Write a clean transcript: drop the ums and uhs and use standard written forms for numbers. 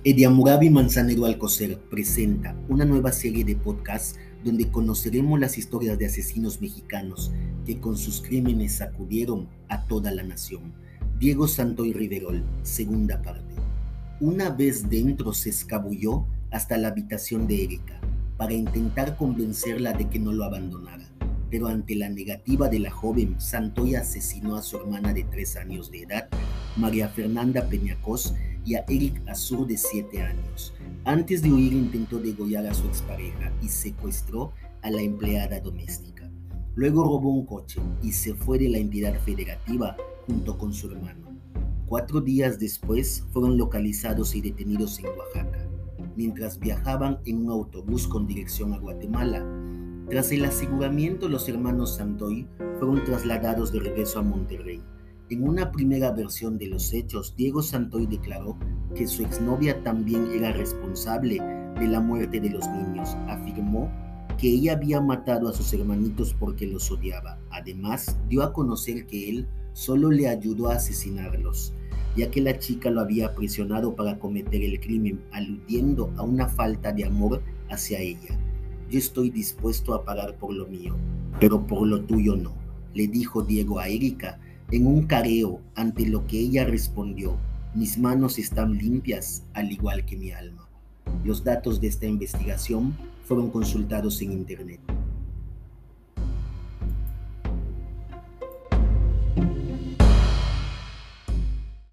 Ediamurabi Manzanero Alcocer presenta una nueva serie de podcasts donde conoceremos las historias de asesinos mexicanos que con sus crímenes sacudieron a toda la nación. Diego Santoy Riverol, segunda parte. Una vez dentro se escabulló hasta la habitación de Erika para intentar convencerla de que no lo abandonara. Pero ante la negativa de la joven, Santoy asesinó a su hermana de 3 años de edad, María Fernanda Peñacos, y a Eric Azur de 7 años. Antes de huir intentó degollar a su expareja y secuestró a la empleada doméstica. Luego robó un coche y se fue de la entidad federativa junto con su hermano. 4 días después fueron localizados y detenidos en Oaxaca, mientras viajaban en un autobús con dirección a Guatemala. Tras el aseguramiento, los hermanos Santoy fueron trasladados de regreso a Monterrey. En una primera versión de los hechos, Diego Santoy declaró que su exnovia también era responsable de la muerte de los niños. Afirmó que ella había matado a sus hermanitos porque los odiaba. Además, dio a conocer que él solo le ayudó a asesinarlos, ya que la chica lo había presionado para cometer el crimen, aludiendo a una falta de amor hacia ella. Yo estoy dispuesto a pagar por lo mío, pero por lo tuyo no, le dijo Diego a Erika en un careo, ante lo que ella respondió: mis manos están limpias, al igual que mi alma. Los datos de esta investigación fueron consultados en internet.